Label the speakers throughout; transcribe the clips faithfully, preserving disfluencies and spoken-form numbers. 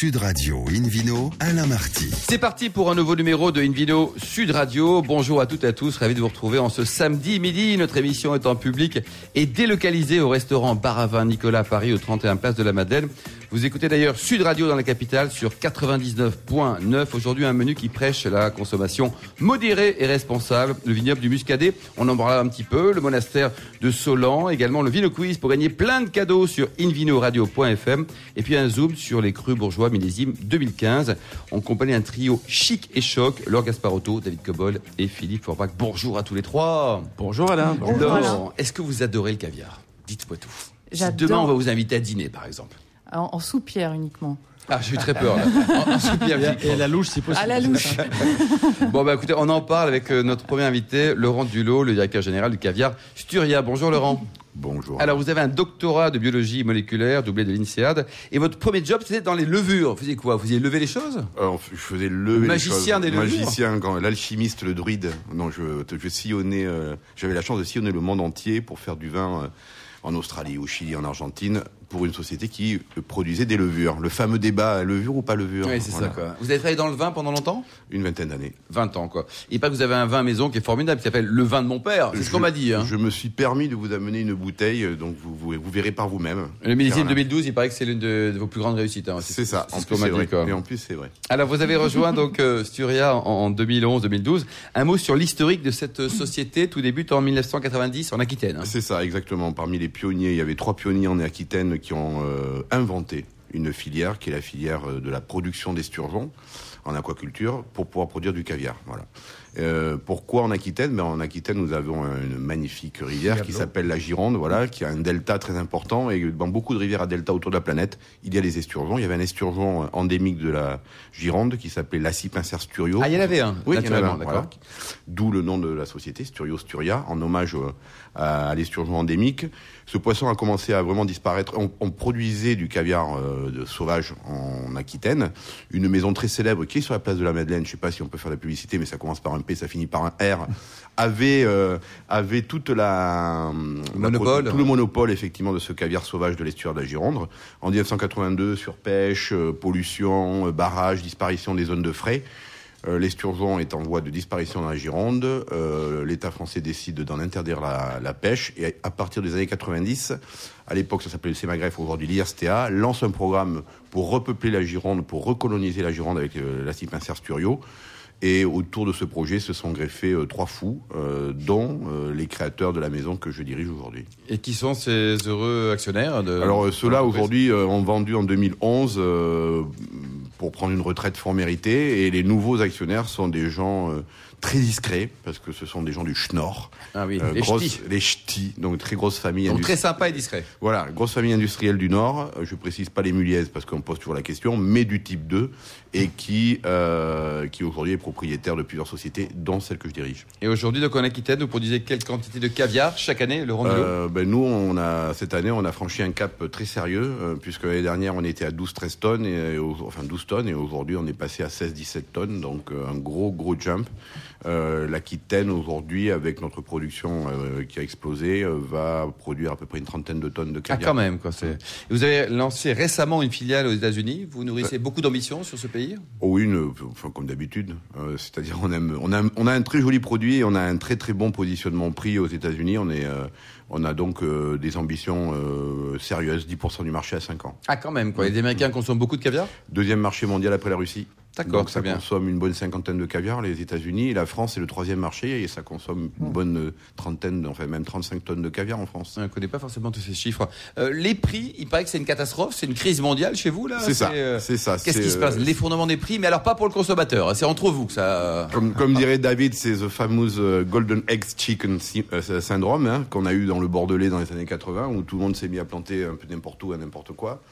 Speaker 1: Sud Radio Invino, Alain Marty.
Speaker 2: C'est parti pour un nouveau numéro de Invino Sud Radio. Bonjour à toutes et à tous, ravi de vous retrouver en ce samedi midi. Notre émission est en public et délocalisée au restaurant Bar à Vin Nicolas à Paris, au trente et un place de la Madeleine. Vous écoutez d'ailleurs Sud Radio dans la capitale sur quatre-vingt-dix-neuf point neuf. Aujourd'hui, un menu qui prêche la consommation modérée et responsable. Le vignoble du Muscadet, on en parlera un petit peu. Le monastère de Solan, également le Vino Quiz pour gagner plein de cadeaux sur invinoradio point f m. Et puis un zoom sur les crus bourgeois millésime deux mille quinze. On accompagne un trio chic et choc. Laure Gasparotto, David Cobol et Philippe Forbach. Bonjour à tous les trois.
Speaker 3: Bonjour Alain.
Speaker 2: Bonjour Alain. Est-ce que vous adorez le caviar? Dites-moi tout.
Speaker 4: J'adore.
Speaker 2: Si demain on va vous inviter à dîner par exemple.
Speaker 4: En, en soupière uniquement.
Speaker 2: Ah, j'ai eu très peur là. En, en soupière,
Speaker 3: et à la louche, si possible.
Speaker 4: À la louche.
Speaker 2: Bon, bah écoutez, on en parle avec notre premier invité, Laurent Dulot, le directeur général du caviar Sturia. Bonjour Laurent.
Speaker 5: Bonjour.
Speaker 2: Alors, vous avez un doctorat de biologie moléculaire, doublé de l'INSEAD, et votre premier job, c'était dans les levures. Vous faisiez quoi? Vous faisiez lever les choses?
Speaker 5: Alors, je faisais lever
Speaker 2: Magicien
Speaker 5: les choses.
Speaker 2: des levures.
Speaker 5: Magicien, quand, l'alchimiste, le druide. Non, je, je sillonnais, euh, j'avais la chance de sillonner le monde entier pour faire du vin euh, en Australie, au Chili, en Argentine, pour une société qui produisait des levures. Le fameux débat, levure ou pas levure.
Speaker 2: Oui, c'est
Speaker 5: voilà.
Speaker 2: ça, quoi. Vous avez travaillé dans le vin pendant longtemps?
Speaker 5: Une vingtaine d'années.
Speaker 2: vingt ans, quoi. Et pas que vous avez un vin maison qui est formidable, qui s'appelle le vin de mon père. C'est ce qu'on m'a dit, hein.
Speaker 5: Je me suis permis de vous amener une bouteille, donc vous, vous, vous verrez par vous-même.
Speaker 2: Le millésime deux mille douze, il paraît que c'est l'une de, de vos plus grandes réussites, hein.
Speaker 5: C'est, c'est ça.
Speaker 2: C'est
Speaker 5: en
Speaker 2: ce
Speaker 5: plus,
Speaker 2: qu'on m'a
Speaker 5: c'est
Speaker 2: dit,
Speaker 5: vrai.
Speaker 2: quoi.
Speaker 5: Et en plus, c'est vrai.
Speaker 2: Alors, vous avez rejoint donc euh, Sturia en, en deux mille onze deux mille douze. Un mot sur l'historique de cette société. Tout débute en dix-neuf cent quatre-vingt-dix en Aquitaine, hein.
Speaker 5: C'est ça, exactement. Parmi les pionniers, il y avait trois pionniers en Aquitaine qui ont euh, inventé une filière qui est la filière de la production d'esturgeons en aquaculture pour pouvoir produire du caviar. Voilà. Euh, pourquoi en Aquitaine? Ben, en Aquitaine, nous avons une magnifique rivière qui s'appelle la Gironde, voilà, qui a un delta très important. Et dans beaucoup de rivières à delta autour de la planète, il y a des esturgeons. Il y avait un esturgeon endémique de la Gironde qui s'appelait l'Acipenser sturio.
Speaker 2: Ah, il y en avait un.
Speaker 5: Oui, il y en avait un,
Speaker 2: d'accord.
Speaker 5: voilà. D'où le nom de la société, Sturio Sturia, en hommage à, à l'esturgeon endémique. Ce poisson a commencé à vraiment disparaître. On, on produisait du caviar euh, de sauvage en Aquitaine. Une maison très célèbre qui est sur la place de la Madeleine, je sais pas si on peut faire la publicité, mais ça commence par un P, ça finit par un R, avait, euh, avait toute la,
Speaker 2: monopole.
Speaker 5: la, tout le monopole effectivement de ce caviar sauvage de l'estuaire de la Gironde. En dix-neuf cent quatre-vingt-deux, surpêche, euh, pollution, euh, barrage, disparition des zones de frais. Euh, l'esturgeon est en voie de disparition dans la Gironde. Euh, L'État français décide d'en interdire la, la pêche. Et à partir des années quatre-vingt-dix, à l'époque ça s'appelait le Sémagreffe, aujourd'hui l'I R S T A, lance un programme pour repeupler la Gironde, pour recoloniser la Gironde avec euh, l'Acipenser sturio. Et autour de ce projet se sont greffés euh, trois fous, euh, dont euh, les créateurs de la maison que je dirige aujourd'hui.
Speaker 2: Et qui sont ces heureux actionnaires de...
Speaker 5: Alors euh, ceux-là aujourd'hui euh, ont vendu en deux mille onze euh, pour prendre une retraite fort méritée, et les nouveaux actionnaires sont des gens euh, très discrets, parce que ce sont des gens du Schnorr.
Speaker 2: Ah oui,
Speaker 5: euh,
Speaker 2: les
Speaker 5: grosse,
Speaker 2: ch'tis.
Speaker 5: Les ch'tis, donc très grosse famille.
Speaker 2: Donc
Speaker 5: industri-
Speaker 2: très sympa et discret.
Speaker 5: Voilà, grosse famille industrielle du Nord, je précise pas les Muliaises parce qu'on pose toujours la question, mais du type deux, et qui, euh, qui aujourd'hui est propriétaire de plusieurs sociétés, dont celle que je dirige.
Speaker 2: Et aujourd'hui, donc en Aquitaine, vous produisez quelle quantité de caviar chaque année, Laurent Dulot?
Speaker 5: Euh, ben nous, on a, cette année, on a franchi un cap très sérieux, euh, puisque l'année dernière, on était à douze treize tonnes, et, euh, enfin douze tonnes, et aujourd'hui, on est passé à seize dix-sept tonnes, donc euh, un gros, gros jump. Euh, L'Aquitaine, aujourd'hui, avec notre production euh, qui a explosé, euh, va produire à peu près une trentaine de tonnes de
Speaker 2: Ah,
Speaker 5: caviar.
Speaker 2: quand même, quoi. C'est... Et vous avez lancé récemment une filiale aux États-Unis. Vous nourrissez beaucoup d'ambition sur ce pays?
Speaker 5: Oh oui, une, enfin, comme d'habitude. Euh, c'est-à-dire, on aime, on a, on a un très joli produit et on a un très très bon positionnement prix aux États-Unis. On est, euh, on a donc euh, des ambitions euh, sérieuses, dix pour cent du marché à cinq ans.
Speaker 2: Ah, quand même, quoi. Les Américains consomment beaucoup de caviar?
Speaker 5: Deuxième marché mondial après la Russie.
Speaker 2: D'accord,
Speaker 5: donc ça
Speaker 2: très bien.
Speaker 5: consomme une bonne cinquantaine de caviar, les États-Unis. Et la France est le troisième marché et ça consomme une bonne euh, trentaine, enfin même trente-cinq tonnes de caviar en France.
Speaker 2: On ne connaît pas forcément tous ces chiffres. Euh, les prix, il paraît que c'est une catastrophe, c'est une crise mondiale chez vous, là?
Speaker 5: C'est ça,
Speaker 2: euh,
Speaker 5: c'est ça.
Speaker 2: Qu'est-ce
Speaker 5: c'est,
Speaker 2: qui se passe?
Speaker 5: euh,
Speaker 2: L'effondrement des prix, mais alors pas pour le consommateur, c'est entre vous que ça...
Speaker 5: Comme, comme dirait David, c'est the famous euh, Golden Eggs Chicken sy- euh, syndrome, hein, qu'on a eu dans le Bordelais dans les années quatre-vingts, où tout le monde s'est mis à planter un peu n'importe où, à n'importe quoi.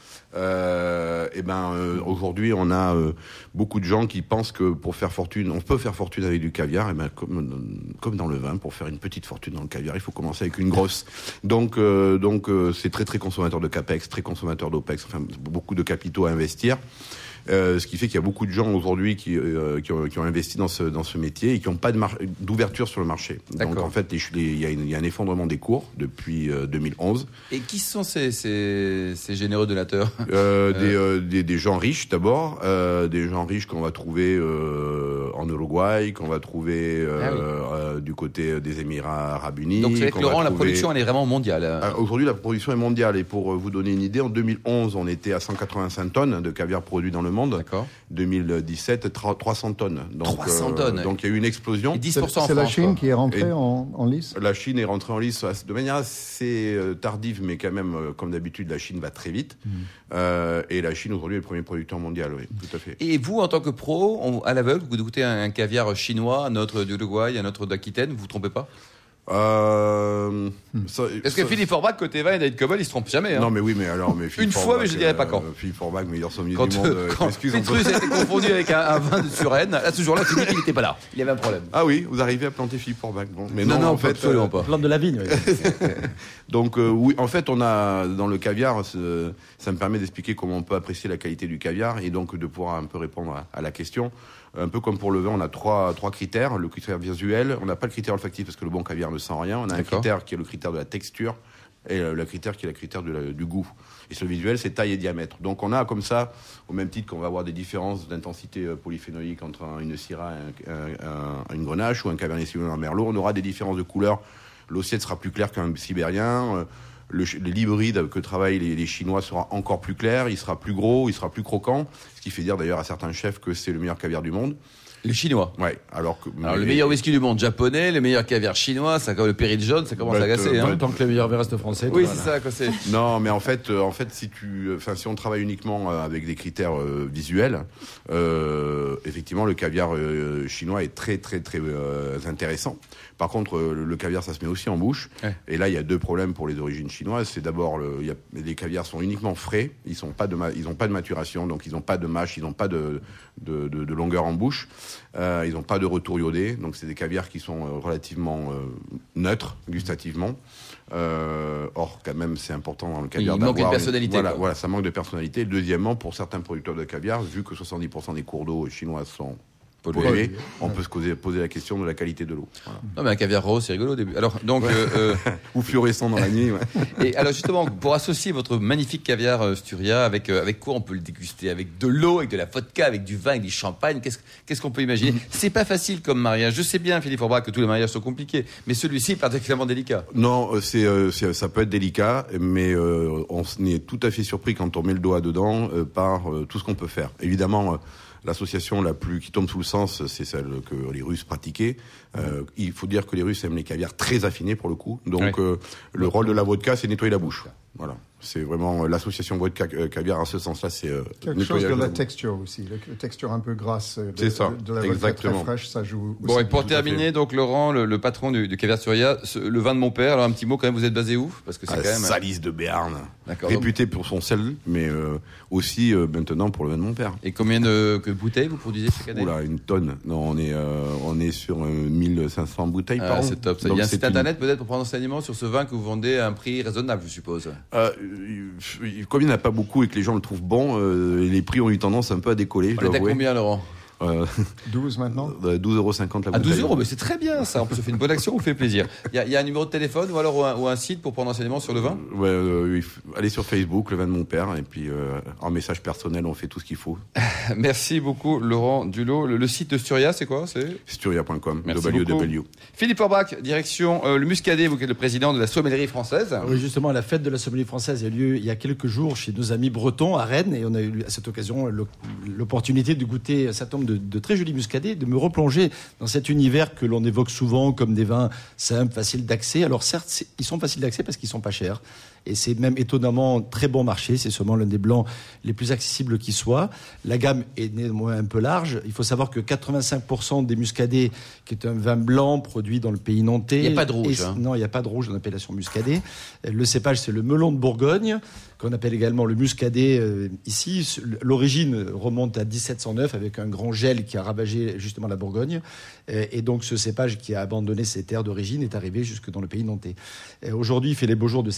Speaker 5: Euh, et ben euh, aujourd'hui, on a euh, beaucoup de gens qui pensent que pour faire fortune, on peut faire fortune avec du caviar. Et ben comme comme dans le vin, pour faire une petite fortune dans le caviar, il faut commencer avec une grosse. Donc euh, donc euh, c'est très très consommateur de capex, très consommateur d'opex, enfin beaucoup de capitaux à investir. Euh, ce qui fait qu'il y a beaucoup de gens aujourd'hui qui, euh, qui, ont, qui ont investi dans ce, dans ce métier et qui n'ont pas de mar- d'ouverture sur le marché.
Speaker 2: D'accord.
Speaker 5: Donc en fait, il y, y a un effondrement des cours depuis euh, deux mille onze.
Speaker 2: Et qui sont ces, ces, ces généreux donateurs?
Speaker 5: euh, des, euh, des, des gens riches d'abord, euh, des gens riches qu'on va trouver euh, en Uruguay, qu'on va trouver euh,
Speaker 2: Ah oui.
Speaker 5: euh, du côté des Émirats Arabes Unis.
Speaker 2: Donc, c'est vrai que
Speaker 5: qu'on
Speaker 2: Laurent,
Speaker 5: va
Speaker 2: la
Speaker 5: trouver-
Speaker 2: production, elle est vraiment mondiale.
Speaker 5: Ah, aujourd'hui, la production est mondiale. Et pour vous donner une idée, en deux mille onze, on était à cent quatre-vingt-cinq tonnes de caviar produit dans le monde.
Speaker 2: D'accord.
Speaker 5: deux mille dix-sept, trois cents tonnes. Donc,
Speaker 2: trois cents tonnes.
Speaker 5: Donc il y a eu une explosion.
Speaker 2: Et dix
Speaker 3: C'est
Speaker 2: pour cent en
Speaker 3: c'est la
Speaker 2: France,
Speaker 3: Chine
Speaker 2: quoi.
Speaker 3: qui est rentrée
Speaker 5: Et-
Speaker 3: en, en lice.
Speaker 5: La Chine est rentrée en lice de manière assez euh, tardive, mais quand même, euh, comme d'habitude, la Chine va très vite.
Speaker 2: Mmh.
Speaker 5: Euh, et la Chine, aujourd'hui, est le premier producteur mondial, oui, tout à fait.
Speaker 2: Et vous, en tant que pro, on- à l'aveugle, vous goûtez un, un caviar chinois, un autre d'Uruguay, un autre d'Aquitaine, vous vous trompez pas?
Speaker 5: Euh, ça-
Speaker 2: Parce que
Speaker 5: ça-
Speaker 2: Philippe Forbach, côté vin et David Cobol, ils se trompent jamais. Hein.
Speaker 5: Non, mais oui, mais alors, mais Philippe
Speaker 2: Une fois,
Speaker 5: Forbach,
Speaker 2: mais je dirais pas
Speaker 5: euh,
Speaker 2: quand.
Speaker 5: Philippe Forbach, meilleur sommelier
Speaker 2: Quand,
Speaker 5: du monde. euh,
Speaker 2: quand
Speaker 5: excuse, on peut-
Speaker 2: Pétrus a été confondu avec un, un vin de Suresnes, à ce jour-là, Philippe, il n'était pas là. Il y avait un problème.
Speaker 5: Ah oui, vous arrivez à planter Philippe Forbach. Bon, mais
Speaker 2: Non,
Speaker 5: non,
Speaker 2: non,
Speaker 5: en fait,
Speaker 2: absolument
Speaker 5: euh,
Speaker 2: pas.
Speaker 6: Plante de la vigne. Oui.
Speaker 5: Donc euh, oui, en fait, on a dans le caviar, ce- ça me permet d'expliquer comment on peut apprécier la qualité du caviar et donc de pouvoir un peu répondre à, à la question. Un peu comme pour le vin, on a trois trois critères. Le critère visuel, on n'a pas le critère olfactif parce que le bon caviar ne sent rien. On a un
Speaker 2: D'accord.
Speaker 5: critère qui est le critère de la texture et le, le critère qui est le critère de la- du goût. Et ce visuel, c'est taille et diamètre. Donc on a comme ça, au même titre qu'on va avoir des différences d'intensité euh, polyphénolique entre un- une syrah, un, un- un- une grenache ou un cabernet sauvignon, un merlot, on aura des différences de couleur. L'ossiette sera plus clair qu'un sibérien. euh, Le, ch- l'hybride que travaillent les, les Chinois sera encore plus clair, il sera plus gros, il sera plus croquant, ce qui fait dire d'ailleurs à certains chefs que c'est le meilleur caviar du monde.
Speaker 2: Les Chinois.
Speaker 5: Ouais, alors que
Speaker 2: Alors, le
Speaker 5: mais-
Speaker 2: meilleur whisky du monde japonais, le meilleur caviar chinois, ça, comme le péril jaune, ça commence
Speaker 5: Bah,
Speaker 2: à agacer.
Speaker 5: euh,
Speaker 2: Hein.
Speaker 5: bah,
Speaker 6: Tant que les meilleurs vins restent français.
Speaker 2: Oui,
Speaker 6: voilà.
Speaker 2: c'est ça. Quoi, c'est...
Speaker 5: Non, mais en fait, euh, en fait, si tu, enfin, si on travaille uniquement euh, avec des critères euh, visuels, euh, effectivement, le caviar euh, chinois est très, très, très euh, intéressant. Par contre, euh, le, le caviar, ça se met aussi en bouche.
Speaker 2: Ouais.
Speaker 5: Et là, il y a deux problèmes pour les origines chinoises. C'est d'abord, le, il y a, les caviars sont uniquement frais. Ils sont pas de, ma- ils ont pas de maturation, donc ils n'ont pas de mâche, ils n'ont pas de, de, de, de longueur en bouche. Euh, ils n'ont pas de retour iodé. Donc, c'est des caviars qui sont euh, relativement euh, neutres gustativement. Euh, or, quand même, c'est important dans le caviar
Speaker 2: Il manque
Speaker 5: d'avoir
Speaker 2: une personnalité,
Speaker 5: Voilà,
Speaker 2: quoi.
Speaker 5: voilà, ça manque de personnalité. Deuxièmement, pour certains producteurs de caviar, vu que soixante-dix pour cent des cours d'eau chinois sont
Speaker 2: Pollué.
Speaker 5: pollués, on peut se causer- poser la question de la qualité de l'eau. Voilà.
Speaker 2: Non, mais un caviar rose, c'est rigolo au début. Alors, donc, euh, euh,
Speaker 5: Ou fluorescent dans la nuit. Ouais.
Speaker 2: et alors justement, pour associer votre magnifique caviar euh, Sturia, avec euh, avec quoi on peut le déguster? Avec de l'eau, avec de la vodka, avec du vin, avec du champagne. Qu'est-ce qu'est-ce qu'on peut imaginer? C'est pas facile comme mariage. Je sais bien, Philippe Forbach, que tous les mariages sont compliqués, mais celui-ci est particulièrement délicat.
Speaker 5: Non, euh, c'est, euh, c'est- ça peut être délicat, mais euh, on s- est tout à fait surpris quand on met le doigt dedans euh, par euh, tout ce qu'on peut faire. Évidemment, euh, l'association la plus qui tombe sous le sens, c'est celle que les Russes pratiquaient. Euh, il faut dire que les Russes aiment les caviars très affinés pour le coup. Donc,
Speaker 2: Ouais.
Speaker 5: euh, le rôle de la vodka, c'est nettoyer la bouche. Voilà. C'est vraiment euh, l'association vodka euh, caviar à ce sens-là, c'est euh,
Speaker 3: Quelque chose de
Speaker 5: nettoyage
Speaker 3: la
Speaker 5: bouche.
Speaker 3: texture aussi, la la texture un peu grasse euh, de,
Speaker 5: C'est ça,
Speaker 3: de, de la vodka
Speaker 5: exactement.
Speaker 3: très fraîche, ça joue aussi.
Speaker 2: Bon, et pour
Speaker 5: tout à
Speaker 2: terminer,
Speaker 5: fait.
Speaker 2: donc Laurent, le, le patron du, du caviar Sturia, ce- le vin de mon père. Alors un petit mot quand même, vous êtes basé où? Parce que c'est
Speaker 5: À
Speaker 2: quand même.
Speaker 5: Salis de Béarn,
Speaker 2: D'accord.
Speaker 5: réputé pour son sel, mais euh, aussi euh, maintenant pour le vin de mon père.
Speaker 2: Et combien de que bouteilles vous produisez chaque année?
Speaker 5: Oula, une tonne. Non, on est, euh, on est sur euh, mille cinq cents bouteilles par
Speaker 2: Ah,
Speaker 5: an.
Speaker 2: c'est top. Ça.
Speaker 5: Donc
Speaker 2: Il y a un
Speaker 5: c'est
Speaker 2: site
Speaker 5: une-
Speaker 2: internet peut-être pour prendre enseignement sur ce vin que vous vendez à un prix raisonnable, je suppose.
Speaker 5: Euh, il- comme il n'y en a pas beaucoup et que les gens le trouvent bon, euh, les prix ont eu tendance un peu à décoller. je
Speaker 2: On est
Speaker 5: dois
Speaker 2: à
Speaker 5: avouer.
Speaker 2: combien, Laurent?
Speaker 5: Euh,
Speaker 3: douze maintenant.
Speaker 5: douze euros cinquante la
Speaker 2: À
Speaker 5: bouteille.
Speaker 2: douze euros, mais c'est très bien ça. En plus, ça fait une bonne action, on fait plaisir. Il y, a, il y a un numéro de téléphone ou alors ou un, ou un site pour prendre enseignement sur le vin?
Speaker 5: Ouais, euh, il faut- allez sur Facebook, le vin de mon père, et puis euh, en message personnel, on fait tout ce qu'il faut.
Speaker 2: Merci beaucoup, Laurent Dulot. Le, le site de Sturia, c'est quoi? C'est
Speaker 5: Sturia point com,
Speaker 2: Merci
Speaker 5: W
Speaker 2: beaucoup.
Speaker 5: W.
Speaker 2: Philippe Forbach, direction euh, le Muscadet, vous qui êtes le président de la sommellerie française.
Speaker 6: Oui, justement, la fête de la sommellerie française a lieu il y a quelques jours chez nos amis bretons à Rennes et on a eu à cette occasion l'o- l'opportunité de goûter un certain nombre de, de très jolis muscadets, de me replonger dans cet univers que l'on évoque souvent comme des vins simples, faciles d'accès. Alors certes, c'est- ils sont faciles d'accès parce qu'ils sont pas chers. Et c'est même étonnamment très bon marché. C'est sûrement l'un des blancs les plus accessibles qui soit. La gamme est néanmoins un peu large. Il faut savoir que quatre-vingt-cinq pour cent des muscadets, qui est un vin blanc produit dans le pays nantais.
Speaker 2: Il y a pas de rouge,
Speaker 6: et-
Speaker 2: hein.
Speaker 6: Non, il n'y a pas de rouge dans l'appellation muscadet. Euh, Le cépage, c'est le melon de Bourgogne, qu'on appelle également le muscadet euh, ici. Ce- L'origine remonte à dix-sept cent neuf avec un grand gel qui a ravagé justement la Bourgogne. Euh, Et donc ce cépage qui a abandonné ses terres d'origine est arrivé jusque dans le pays nantais. Euh, Aujourd'hui, il fait les beaux jours de cette appellation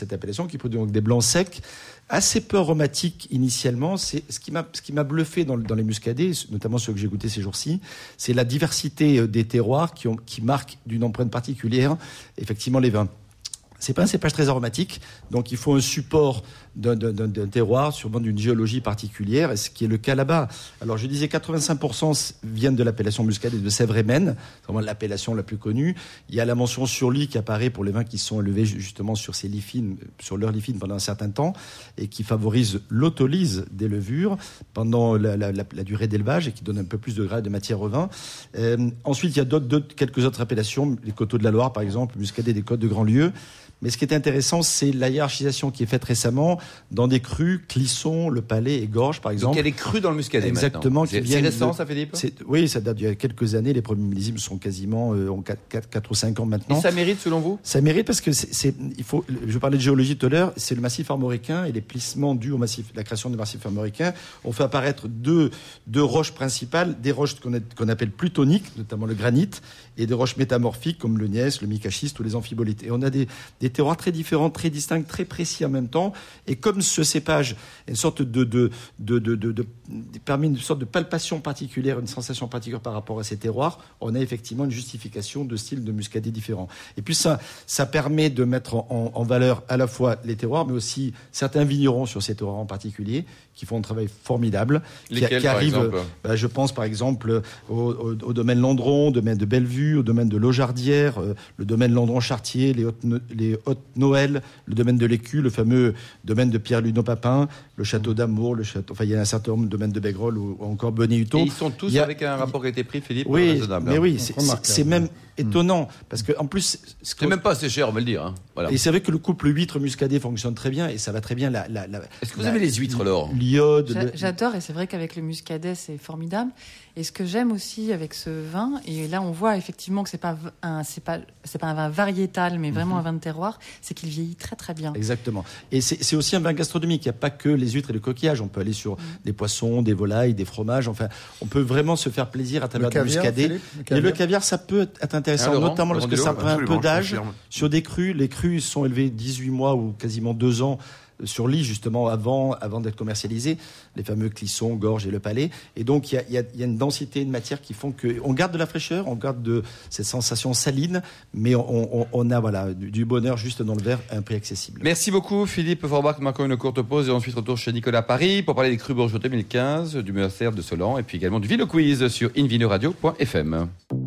Speaker 6: qui produit donc des blancs secs, assez peu aromatiques initialement. C'est ce qui m'a ce qui m'a bluffé dans, dans les muscadets, notamment ceux que j'ai goûtés ces jours-ci, c'est la diversité des terroirs qui ont qui marquent d'une empreinte particulière effectivement les vins. C'est pas un cépage très aromatique, donc il faut un support d'un, d'un, d'un terroir, sûrement d'une géologie particulière, ce qui est le cas là-bas. Alors je disais quatre-vingt-cinq pour cent viennent de l'appellation muscadet de Sèvres et Maine, c'est vraiment l'appellation la plus connue. Il y a la mention sur lit qui apparaît pour les vins qui sont élevés justement sur ces lits fines, sur leur lit fine pendant un certain temps, et qui favorise l'autolyse des levures pendant la, la, la, la durée d'élevage et qui donne un peu plus de gras et de matière au vin. Euh, ensuite, il y a d'autres, d'autres, quelques autres appellations, les coteaux de la Loire par exemple, muscadet des côtes de Grandlieu. Mais ce qui est intéressant, c'est la hiérarchisation qui est faite récemment dans des crus, Clisson, Le Palais et Gorges, par exemple.
Speaker 2: Donc il y a des crus dans le muscadet.
Speaker 6: Exactement.
Speaker 2: C'est, c'est récent, de... ça, Philippe c'est...
Speaker 6: Oui, ça date d'il y a quelques années. Les premiers millésimes sont quasiment euh, ont quatre ou cinq ans maintenant.
Speaker 2: Et ça mérite, selon vous?
Speaker 6: Ça mérite parce que c'est, c'est, il faut. Je parlais de géologie tout à l'heure. C'est le massif armoricain et les plissements dus au massif, la création du massif armoricain ont fait apparaître deux deux roches principales, des roches qu'on, a, qu'on appelle plutoniques, notamment le granit, et des roches métamorphiques comme le gneiss, le micachiste ou les amphibolites. Et on a des, des terroirs très différents, très distincts, très précis en même temps. Et comme ce cépage est une sorte de, de, de, de, de, de, de permet une sorte de palpation particulière, une sensation particulière par rapport à ces terroirs, on a effectivement une justification de styles de muscadet différents. Et puis ça, ça permet de mettre en, en valeur à la fois les terroirs, mais aussi certains vignerons sur ces terroirs en particulier, qui font un travail formidable.
Speaker 2: Lesquels,
Speaker 6: qui, qui arrivent,
Speaker 2: par exemple
Speaker 6: bah, je pense par exemple au, au, au domaine Landron, au domaine de Bellevue, au domaine de Laujardière, euh, le domaine Landron-Chartier, les Hautes, les Hautes Noël, le domaine de l'Écu, le fameux domaine de Pierre-Luneau-Papin, le château d'Amour, le château, enfin il y a un certain nombre de domaines de Bégrolles ou, ou encore Bonnet-Hutot.
Speaker 2: Et ils sont tous
Speaker 6: a,
Speaker 2: avec un rapport qualité-prix, Philippe,
Speaker 6: oui,
Speaker 2: raisonnable.
Speaker 6: Mais
Speaker 2: hein.
Speaker 6: oui, c'est, c'est, c'est même étonnant parce que en plus
Speaker 2: c'est que... même pas assez cher, on va le dire. Hein. Voilà.
Speaker 6: Et c'est vrai que le couple huître muscadet fonctionne très bien et ça va très bien. La, la, la,
Speaker 2: Est-ce que vous
Speaker 6: la,
Speaker 2: avez les huîtres, Laure?
Speaker 6: L'iode.
Speaker 4: J'a,
Speaker 6: le...
Speaker 4: J'adore et c'est vrai qu'avec le muscadet c'est formidable. Et ce que j'aime aussi avec ce vin, et là on voit effectivement que c'est pas un, c'est pas, c'est pas un vin variétal, mais vraiment mm-hmm. un vin de terroir, c'est qu'il vieillit très très bien.
Speaker 6: Exactement. Et c'est, c'est aussi un vin gastronomique. Il n'y a pas que les huîtres et le coquillage. On peut aller sur mm. des poissons, des volailles, des fromages. Enfin, on peut vraiment se faire plaisir à travers le muscadet. Philippe, le caviar. Et le caviar, ça peut être intéressant, ah, Laurent, notamment Laurent lorsque ça prend un peu d'âge. Sur des crus, les crus sont élevés dix-huit mois ou quasiment deux ans sur lit justement avant, avant d'être commercialisés, les fameux Clisson, Gorges et Le Palais. Et donc il y a, y, a, y a une densité de matière qui font qu'on garde de la fraîcheur, on garde de cette sensation saline, mais on, on, on a voilà, du, du bonheur juste dans le verre à un prix accessible.
Speaker 2: Merci beaucoup Philippe Forbach. Nous marquons une courte pause et ensuite retour chez Nicolas Paris pour parler des crus bourgeois deux mille quinze, du Mercer de Solan et puis également du Vino Quiz sur invinoradio point f m.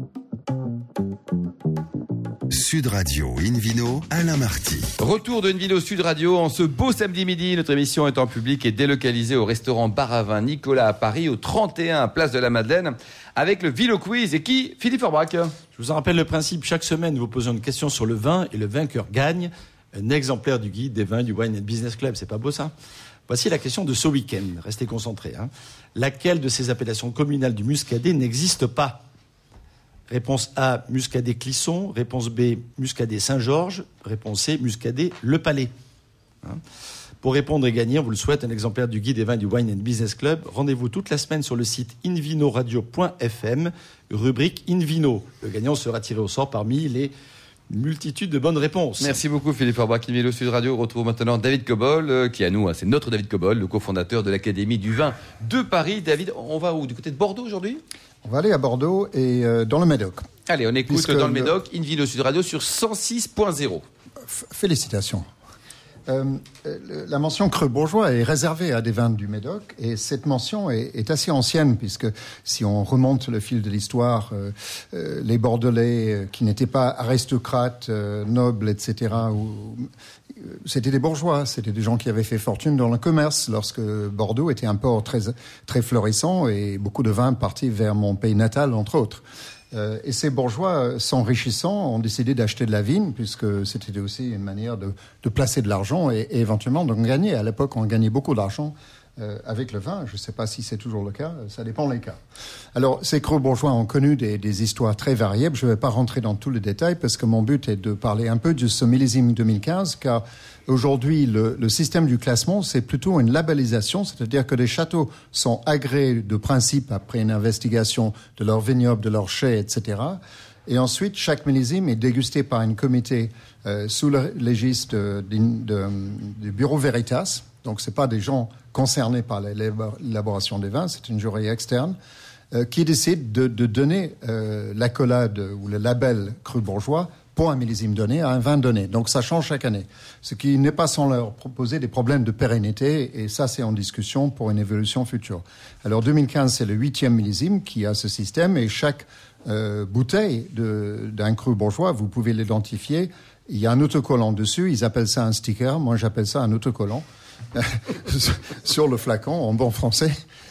Speaker 1: Sud Radio Invino, Alain Marty.
Speaker 2: Retour de Invino Sud Radio en ce beau samedi midi. Notre émission est en public et délocalisée au restaurant Bar à Vin Nicolas à Paris, au trente et un Place de la Madeleine, avec le Vino Quiz. Et qui? Philippe Forbach.
Speaker 6: Je vous en rappelle le principe. Chaque semaine, nous vous posons une question sur le vin et le vainqueur gagne un exemplaire du guide des vins du Wine and Business Club. C'est pas beau ça? Voici la question de ce week-end. Restez concentrés. Hein. Laquelle de ces appellations communales du muscadet n'existe pas? Réponse A, muscadet Clisson. Réponse B, muscadet Saint-Georges. Réponse C, muscadet Le Palais. Hein. Pour répondre et gagner, on vous le souhaite, un exemplaire du guide des vins du Wine and Business Club. Rendez-vous toute la semaine sur le site invinoradio point f m, rubrique Invino. Le gagnant sera tiré au sort parmi les multitudes de bonnes réponses.
Speaker 2: Merci beaucoup Philippe Forbach. Invino Sud Radio retrouve maintenant David Cobol, euh, qui est à nous, hein, c'est notre David Cobol, le cofondateur de l'Académie du vin de Paris. David, on va où? Du côté de Bordeaux aujourd'hui?
Speaker 3: On va aller à Bordeaux et euh, dans le Médoc.
Speaker 2: Allez, on écoute Puisque dans le Médoc, le... Invino Sud Radio sur cent six point zéro.
Speaker 3: F- félicitations. Euh, la mention creux bourgeois est réservée à des vins du Médoc et cette mention est, est assez ancienne puisque si on remonte le fil de l'histoire, euh, euh, les Bordelais euh, qui n'étaient pas aristocrates, euh, nobles, et cetera, ou, euh, c'était des bourgeois, c'était des gens qui avaient fait fortune dans le commerce lorsque Bordeaux était un port très, très florissant et beaucoup de vins partis vers mon pays natal, entre autres. Euh, et ces bourgeois, s'enrichissant, ont décidé d'acheter de la vigne, puisque c'était aussi une manière de, de placer de l'argent et, et éventuellement de gagner. À l'époque, on gagnait beaucoup d'argent euh, avec le vin. Je ne sais pas si c'est toujours le cas, ça dépend des cas. Alors, ces creux bourgeois ont connu des, des histoires très variables. Je ne vais pas rentrer dans tous les détails, parce que mon but est de parler un peu de ce millésime deux mille quinze, car aujourd'hui, le, le système du classement, c'est plutôt une labellisation, c'est-à-dire que les châteaux sont agréés de principe après une investigation de leur vignoble, de leur chai, et cetera. Et ensuite, chaque millésime est dégusté par un comité euh, sous l'égide du Bureau Veritas. Donc, ce n'est pas des gens concernés par l'élaboration des vins, c'est une jury externe euh, qui décide de, de donner euh, l'accolade ou le label Cru Bourgeois pour un millésime donné à un vin donné. Donc, ça change chaque année. Ce qui n'est pas sans leur proposer des problèmes de pérennité, et ça, c'est en discussion pour une évolution future. Alors, deux mille quinze, c'est le huitième millésime qui a ce système, et chaque euh, bouteille de, d'un Cru Bourgeois, vous pouvez l'identifier. Il y a un autocollant dessus, ils appellent ça un sticker, moi j'appelle ça un autocollant, sur le flacon, en bon français.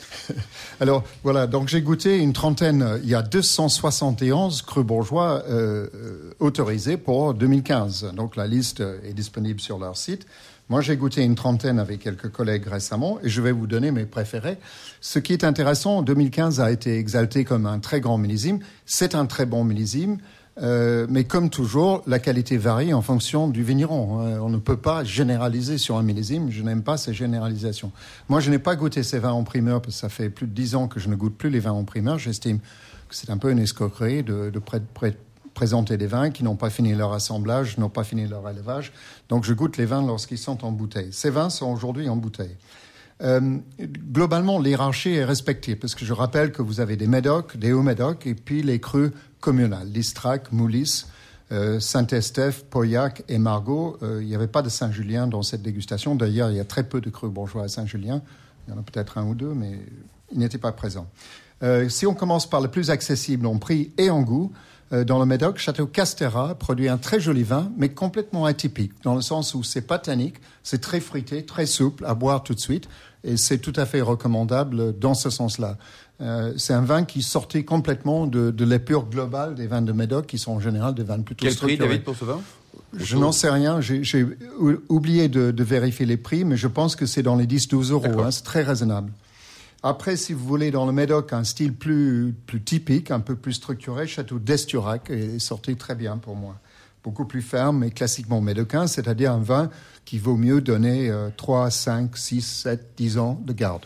Speaker 3: Alors, voilà, donc j'ai goûté une trentaine, il y a deux cent soixante et onze crus bourgeois euh, autorisés pour deux mille quinze. Donc, la liste est disponible sur leur site. Moi, j'ai goûté une trentaine avec quelques collègues récemment et je vais vous donner mes préférés. Ce qui est intéressant, deux mille quinze a été exalté comme un très grand millésime. C'est un très bon millésime. Euh, mais comme toujours, la qualité varie en fonction du vigneron. Euh, on ne peut pas généraliser sur un millésime. Je n'aime pas ces généralisations. Moi, je n'ai pas goûté ces vins en primeur parce que ça fait plus de dix ans que je ne goûte plus les vins en primeur. J'estime que c'est un peu une escroquerie de, de pré- pré- présenter des vins qui n'ont pas fini leur assemblage, n'ont pas fini leur élevage. Donc, je goûte les vins lorsqu'ils sont en bouteille. Ces vins sont aujourd'hui en bouteille. Euh, globalement, l'hierarchie est respectée parce que je rappelle que vous avez des médocs, des hauts médocs et puis les crus communales, l'Istrac, Moulis, euh, Saint-Estèphe, Pauillac et Margaux. Euh, il n'y avait pas de Saint-Julien dans cette dégustation. D'ailleurs, il y a très peu de crus bourgeois à Saint-Julien. Il y en a peut-être un ou deux, mais ils n'étaient pas présents. Euh, si on commence par le plus accessible en prix et en goût, euh, dans le Médoc, Château Castera produit un très joli vin, mais complètement atypique, dans le sens où c'est pas tannique, c'est très fruité, très souple, à boire tout de suite, et c'est tout à fait recommandable dans ce sens-là. Euh, c'est un vin qui sortait complètement de, de l'épure globale des vins de Médoc, qui sont en général des vins plutôt
Speaker 2: Quel
Speaker 3: structurés.
Speaker 2: prix, David, pour ce vin ?
Speaker 3: Je n'en sais rien. J'ai, j'ai oublié de, de vérifier les prix, mais je pense que c'est dans les dix à douze euros. Hein, c'est très raisonnable. Après, si vous voulez, dans le Médoc, un style plus, plus typique, un peu plus structuré, Château d'Esturac est sorti très bien pour moi. Beaucoup plus ferme et classiquement médocain, c'est-à-dire un vin qui vaut mieux donner euh, trois, cinq, six, sept, dix ans de garde.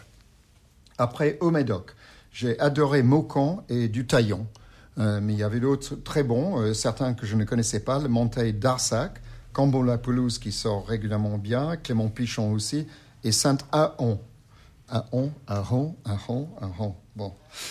Speaker 3: Après, au Médoc, j'ai adoré Maucon et du Taillon. Euh, mais il y avait d'autres très bons, euh, certains que je ne connaissais pas, le Monteil d'Arsac, Cambo-la-Pelouse qui sort régulièrement bien, Clément Pichon aussi, et Saint-Ahon. Ahon, Ahon, Ahon, Ahon. Bon.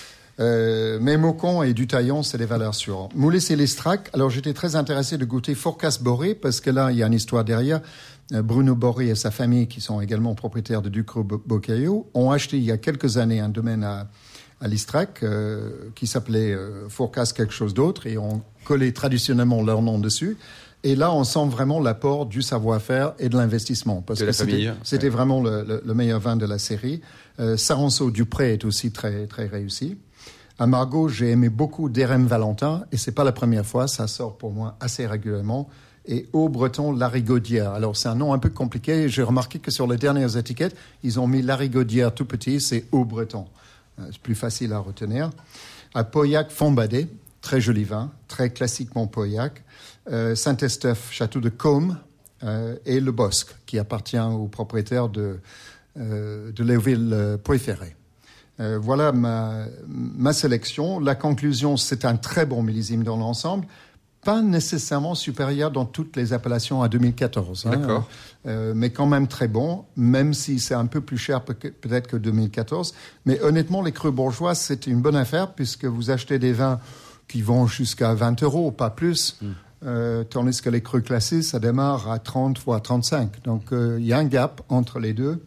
Speaker 3: Euh, mais Maucon et du Taillon, c'est des valeurs sûres. Moulis et l'Istrac, alors j'étais très intéressé de goûter Fourcas-Boré, parce que là, il y a une histoire derrière. Euh, Bruno Boré et sa famille, qui sont également propriétaires de Ducros Bocaillot, ont acheté il y a quelques années un domaine à, à l'Istrac euh, qui s'appelait euh, Fourcas quelque chose d'autre, et ont collé traditionnellement leur nom dessus. Et là, on sent vraiment l'apport du savoir-faire et de l'investissement. Parce
Speaker 2: de
Speaker 3: que
Speaker 2: la
Speaker 3: c'était,
Speaker 2: famille.
Speaker 3: c'était
Speaker 2: ouais.
Speaker 3: vraiment le, le, le meilleur vin de la série. Euh, Saranceau-Dupré est aussi très, très réussi. À Margaux, j'ai aimé beaucoup d'Erem Valentin, et c'est pas la première fois, ça sort pour moi assez régulièrement. Et Haut-Breton, Larigaudière. Alors, c'est un nom un peu compliqué. J'ai remarqué que sur les dernières étiquettes, ils ont mis Larigaudière tout petit, c'est Haut-Breton. Euh, c'est plus facile à retenir. À Pauillac, Fontbadet, très joli vin, très classiquement Pauillac. Euh, Saint-Estèphe, Château de Côme, euh, et Le Bosque, qui appartient au propriétaire de, euh, de Léoville-Poiferré. Euh, voilà ma, ma sélection. La conclusion, c'est un très bon millésime dans l'ensemble, pas nécessairement supérieur dans toutes les appellations à deux mille quatorze. Hein,
Speaker 2: D'accord.
Speaker 3: Euh, mais quand même très bon, même si c'est un peu plus cher peut-être que deux mille quatorze. Mais honnêtement, les crus bourgeois, c'est une bonne affaire puisque vous achetez des vins qui vont jusqu'à vingt euros, pas plus. Mm. Euh, tandis que les crus classés, ça démarre à trente voire trente-cinq. Donc, il euh, y a un gap entre les deux.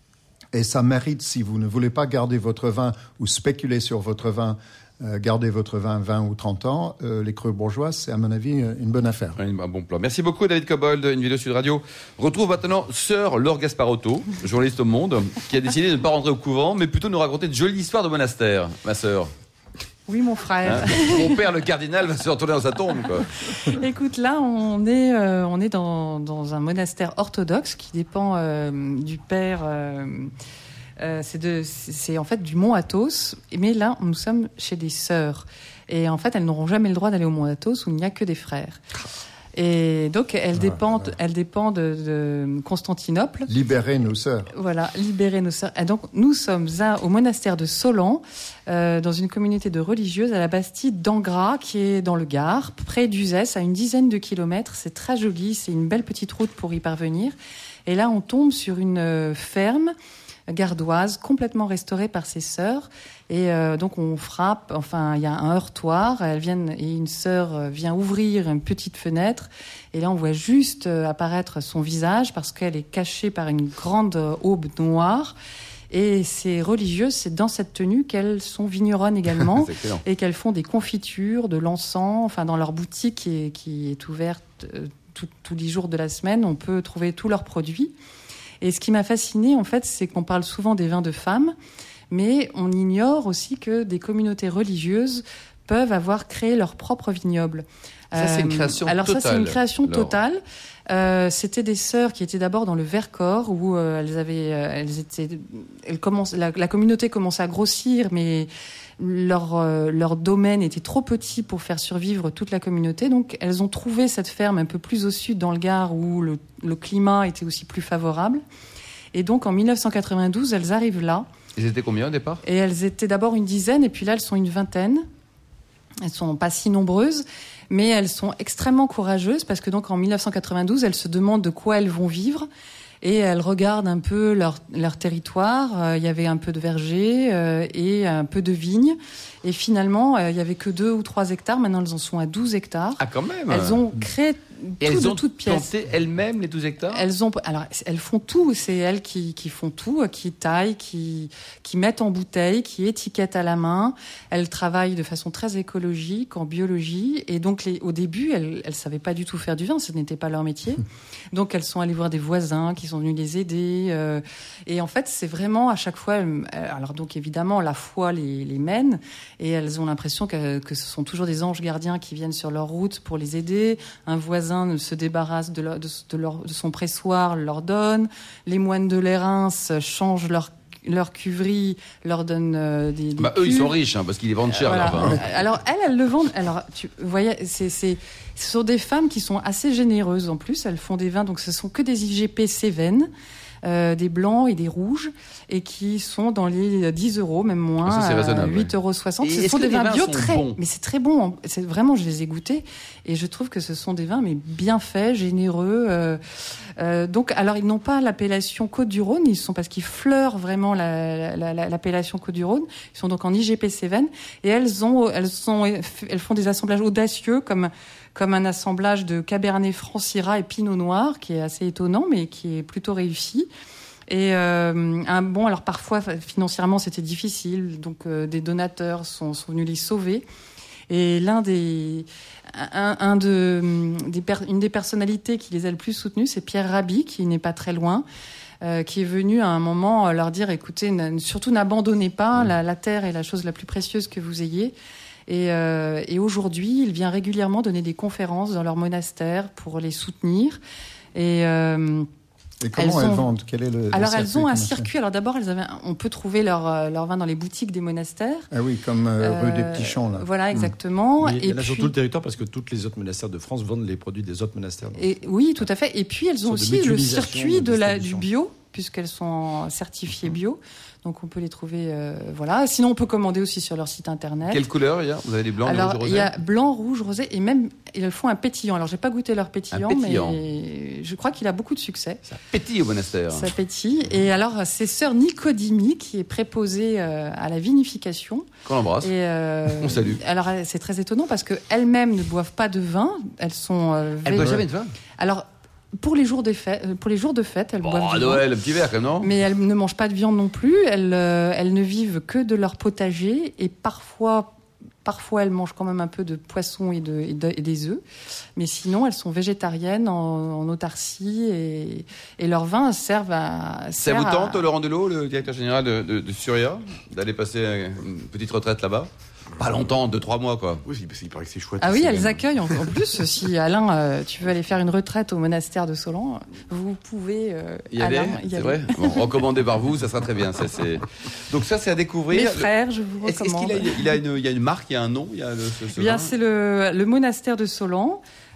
Speaker 3: Et ça mérite, si vous ne voulez pas garder votre vin ou spéculer sur votre vin, euh, garder votre vin vingt ou trente ans, euh, les crus bourgeois, c'est à mon avis une bonne affaire.
Speaker 2: Un bon plan. Merci beaucoup David Cobold, Une Vidéo Sud Radio. Retrouve maintenant Sœur Laure Gasparotto, journaliste au Monde, qui a décidé de ne pas rentrer au couvent, mais plutôt de nous raconter de jolies histoires de monastère, ma sœur.
Speaker 4: Oui, mon frère.
Speaker 2: Hein, mon père, le cardinal, va se retourner dans sa tombe, quoi.
Speaker 4: Écoute, là, on est, euh, on est dans, dans un monastère orthodoxe qui dépend euh, du père. Euh, euh, c'est, de, c'est en fait du Mont Athos. Mais là, nous sommes chez des sœurs. Et en fait, elles n'auront jamais le droit d'aller au Mont Athos où il n'y a que des frères. Et donc, elles
Speaker 3: Ah,
Speaker 4: dépendent,
Speaker 3: ouais.
Speaker 4: elles dépendent de, de Constantinople.
Speaker 3: Libérer nos sœurs.
Speaker 4: Voilà, libérer nos sœurs. Et donc, nous sommes à, au monastère de Solan, euh, dans une communauté de religieuses à la Bastide d'Angras, qui est dans le Gard, près d'Uzès, à une dizaine de kilomètres. C'est très joli, c'est une belle petite route pour y parvenir. Et là, on tombe sur une euh, ferme gardoise, complètement restaurée par ses sœurs. Et euh, donc on frappe, enfin il y a un heurtoir, elles viennent, et une sœur vient ouvrir une petite fenêtre, et là on voit juste euh, apparaître son visage parce qu'elle est cachée par une grande euh, aube noire. Et ces religieuses, c'est dans cette tenue qu'elles sont vigneronnes également, et qu'elles font des confitures, de l'encens, enfin dans leur boutique qui est, qui est ouverte euh, tout, tous les jours de la semaine, on peut trouver tous leurs produits. Et ce qui m'a fascinée, en fait, c'est qu'on parle souvent des vins de femmes, mais on ignore aussi que des communautés religieuses peuvent avoir créé leur propre vignoble.
Speaker 2: Ça, c'est une création
Speaker 4: alors
Speaker 2: totale.
Speaker 4: ça, c'est une création
Speaker 2: Alors.
Speaker 4: totale. Euh, c'était des sœurs qui étaient d'abord dans le Vercors, où euh, elles avaient, euh, elles étaient, elles commencent, la, la communauté commençait à grossir, mais leur euh, leur domaine était trop petit pour faire survivre toute la communauté. Donc, elles ont trouvé cette ferme un peu plus au sud, dans le Gard, où le, le climat était aussi plus favorable. Et donc, en dix-neuf cent quatre-vingt-douze, elles arrivent là.
Speaker 2: Ils étaient combien au départ ?
Speaker 4: Et elles étaient d'abord une dizaine, et puis là, elles sont une vingtaine. Elles sont pas si nombreuses, mais elles sont extrêmement courageuses, parce que donc en dix-neuf cent quatre-vingt-douze, elles se demandent de quoi elles vont vivre. Et elles regardent un peu leur, leur territoire. Euh, il y avait un peu de verger euh, et un peu de vignes. Et finalement, euh, il y avait que deux ou trois hectares. Maintenant, elles en sont à douze hectares.
Speaker 2: Ah, quand même.
Speaker 4: Elles ont créé
Speaker 2: Et
Speaker 4: tout
Speaker 2: elles
Speaker 4: de
Speaker 2: ont
Speaker 4: toutes pièces.
Speaker 2: planté elles-mêmes les douze hectares ?
Speaker 4: Elles ont, alors, elles font tout. C'est elles qui, qui font tout, qui taillent, qui, qui mettent en bouteille, qui étiquettent à la main. Elles travaillent de façon très écologique, en biologie. Et donc, les, au début, elles, elles savaient pas du tout faire du vin. Ce n'était pas leur métier. Donc, elles sont allées voir des voisins qui sont venus les aider. Euh, et en fait, c'est vraiment à chaque fois. Elles, alors, donc, évidemment, la foi les, les mène. Et elles ont l'impression que, que ce sont toujours des anges gardiens qui viennent sur leur route pour les aider. Un voisin ne se débarrasse de, leur, de, de, leur, de son pressoir, leur donne. Les moines de l'Érins changent leur, leur cuverie, leur donnent euh, des, des
Speaker 2: Bah, eux, ils
Speaker 4: cuves.
Speaker 2: sont riches, hein, parce qu'ils les vendent cher.
Speaker 4: Voilà.
Speaker 2: leur vin, hein.
Speaker 4: Alors, elles, elles le vendent. Alors, tu voyais, c'est, c'est, ce sont des femmes qui sont assez généreuses en plus. Elles font des vins, donc ce sont que des I G P Cévennes. Euh, des blancs et des rouges, et qui sont dans les dix euros, même moins,
Speaker 2: Ça, c'est raisonnable,
Speaker 4: huit euros soixante.
Speaker 2: Et
Speaker 4: Ce
Speaker 2: est-ce
Speaker 4: sont
Speaker 2: que
Speaker 4: des
Speaker 2: les
Speaker 4: vins
Speaker 2: vins
Speaker 4: bio
Speaker 2: sont
Speaker 4: très,
Speaker 2: bons
Speaker 4: mais c'est très bon. C'est vraiment, je les ai goûtés, et je trouve que ce sont des vins mais bien faits, généreux. Euh, euh, donc, alors ils n'ont pas l'appellation Côte-du-Rhône, ils sont parce qu'ils fleurent vraiment la, la, la, l'appellation Côte-du-Rhône. Ils sont donc en I G P Cévennes, et elles ont, elles sont, elles font des assemblages audacieux comme comme un assemblage de Cabernet Franc, Syrah et Pinot Noir, qui est assez étonnant, mais qui est plutôt réussi. Et euh, un, bon, alors parfois financièrement c'était difficile, donc euh, des donateurs sont, sont venus les sauver. Et l'un des, un, un de, des per, une des personnalités qui les a le plus soutenus, c'est Pierre Rabhi, qui n'est pas très loin, euh, qui est venu à un moment leur dire, écoutez, surtout n'abandonnez pas, la, la terre est la chose la plus précieuse que vous ayez. Et, euh, et aujourd'hui, il vient régulièrement donner des conférences dans leur monastère pour les soutenir. Et euh,
Speaker 3: Et comment elles,
Speaker 4: elles ont...
Speaker 3: vendent? Quel est le,
Speaker 4: Alors
Speaker 3: le
Speaker 4: elles ont un
Speaker 3: commercial?
Speaker 4: circuit. Alors d'abord, elles avaient, on peut trouver leur leur vin dans les boutiques des monastères.
Speaker 3: Ah oui, comme euh, rue des Petits Champs là.
Speaker 4: Voilà, exactement.
Speaker 6: Mais il y
Speaker 4: et
Speaker 6: en a
Speaker 4: puis...
Speaker 6: sur tout le territoire parce que toutes les autres monastères de France vendent les produits des autres monastères. Donc.
Speaker 4: Et oui, tout à fait. Et puis elles ont
Speaker 6: Sur de
Speaker 4: aussi le
Speaker 6: mutualisation,
Speaker 4: circuit
Speaker 6: de
Speaker 4: de la du
Speaker 6: distribution.
Speaker 4: bio, puisqu'elles sont certifiées bio. Donc on peut les trouver, euh, voilà. Sinon on peut commander aussi sur leur site internet.
Speaker 2: Quelle couleur il y a ? Vous avez des blancs, des
Speaker 4: Alors
Speaker 2: rouges,
Speaker 4: il
Speaker 2: rosés ?
Speaker 4: y a blanc, rouge, rosé, et même ils font un pétillant. Alors j'ai pas goûté leur pétillant,
Speaker 2: pétillant.
Speaker 4: mais je crois qu'il a beaucoup de succès.
Speaker 2: Ça pétille au monastère.
Speaker 4: Ça pétille. Et alors c'est sœur Nicodémie qui est préposée euh, à la vinification.
Speaker 2: Qu'on l'embrasse.
Speaker 4: Et euh,
Speaker 2: On salue.
Speaker 4: Alors c'est très étonnant parce que elles-mêmes ne boivent pas de vin. Elles sont. Euh,
Speaker 2: Elle ne boit
Speaker 4: végé-
Speaker 2: jamais de vin ?
Speaker 4: Alors pour les jours des fêtes, pour les jours de fête, elles
Speaker 2: Bon,
Speaker 4: boivent
Speaker 2: à
Speaker 4: du vin.
Speaker 2: Noël, un petit verre, quand même, non ?
Speaker 4: Mais elles ne mangent pas de viande non plus. Elles, euh, elles ne vivent que de leur potager, et parfois, parfois elles mangent quand même un peu de poisson et, de, et, de- et des œufs. Mais sinon, elles sont végétariennes en, en autarcie, et, et leurs vins servent à.
Speaker 2: Ça
Speaker 4: sert
Speaker 2: vous
Speaker 4: à-
Speaker 2: tente, Laurent Delot, le directeur général de, de, de Suria, d'aller passer une petite retraite là-bas ? Pas longtemps, deux, trois mois, quoi.
Speaker 5: Oui, il paraît que c'est chouette.
Speaker 4: Ah oui,
Speaker 5: c'est
Speaker 4: elles
Speaker 5: même-
Speaker 4: accueillent en, en plus. Si Alain, euh, tu veux aller faire une retraite au monastère de Solan, vous pouvez. Euh,
Speaker 2: Y aller,
Speaker 4: Alain, y
Speaker 2: c'est
Speaker 4: aller.
Speaker 2: vrai. Bon, recommandé par vous, ça sera très bien. Ça, c'est... Donc ça, c'est à découvrir.
Speaker 4: Mes frères, je vous
Speaker 2: Est-ce, est-ce
Speaker 4: recommande.
Speaker 2: qu'il a, il a une, il y a une marque, il y a un nom, il y a le, ce, ce
Speaker 4: Eh bien,
Speaker 2: vin
Speaker 4: c'est le, le monastère de Solan.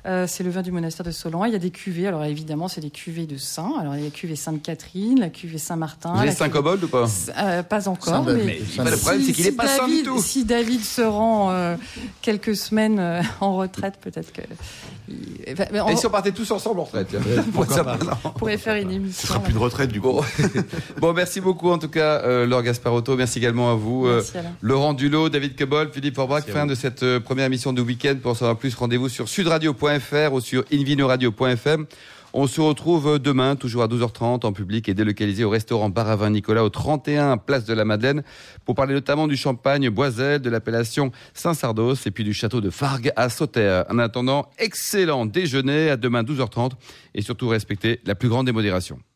Speaker 4: Euh, c'est le vin du monastère de Solan. Il y a des cuvées. Alors évidemment, c'est des cuvées de saints. Alors il y a la cuvée Sainte-Catherine, la cuvée Saint-Martin.
Speaker 2: Vous avez
Speaker 4: la
Speaker 2: Saint-Cobold ou pas?
Speaker 4: euh, Pas encore.
Speaker 3: Saint-Beuve.
Speaker 4: Mais,
Speaker 2: Mais le problème,
Speaker 4: si-
Speaker 2: c'est qu'il
Speaker 4: si
Speaker 2: n'est pas saint du
Speaker 4: David-
Speaker 2: tout.
Speaker 4: Si David se rend euh, quelques semaines euh, en retraite, peut-être que. il- enfin, mais on
Speaker 2: Et si on partait tous ensemble en retraite tiens.
Speaker 6: Pourquoi pas.
Speaker 4: pourrait faire une émission.
Speaker 5: Ce sera plus de retraite du coup.
Speaker 2: Bon. Bon, merci beaucoup en tout cas, euh, Laure Gasparotto. Merci également à vous, euh,
Speaker 4: Merci, Alain.
Speaker 2: Laurent Dulot, David Cobold, Philippe Forbach. Fin de cette euh, première émission du week-end. Pour en savoir plus, rendez-vous sur sudradio point f r ou sur invinoradio point f m. On se retrouve demain, toujours à douze heures trente, en public et délocalisé au restaurant Bar à Vin Nicolas, au trente et un Place de la Madeleine, pour parler notamment du champagne Boiselle, de l'appellation Saint-Sardos et puis du château de Fargues à Sauterre. En attendant, excellent déjeuner, à demain douze heures trente, et surtout respectez la plus grande démodération.